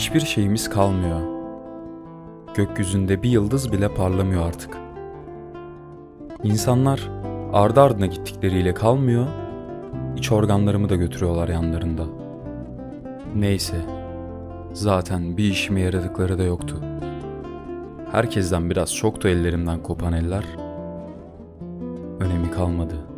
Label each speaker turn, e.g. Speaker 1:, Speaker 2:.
Speaker 1: Hiçbir şeyimiz kalmıyor. Gökyüzünde bir yıldız bile parlamıyor artık. İnsanlar ardı ardına gittikleriyle kalmıyor, iç organlarımı da götürüyorlar yanlarında. Neyse, zaten bir işime yaradıkları da yoktu. Herkesten biraz çoktu ellerimden kopan eller. Önemi kalmadı.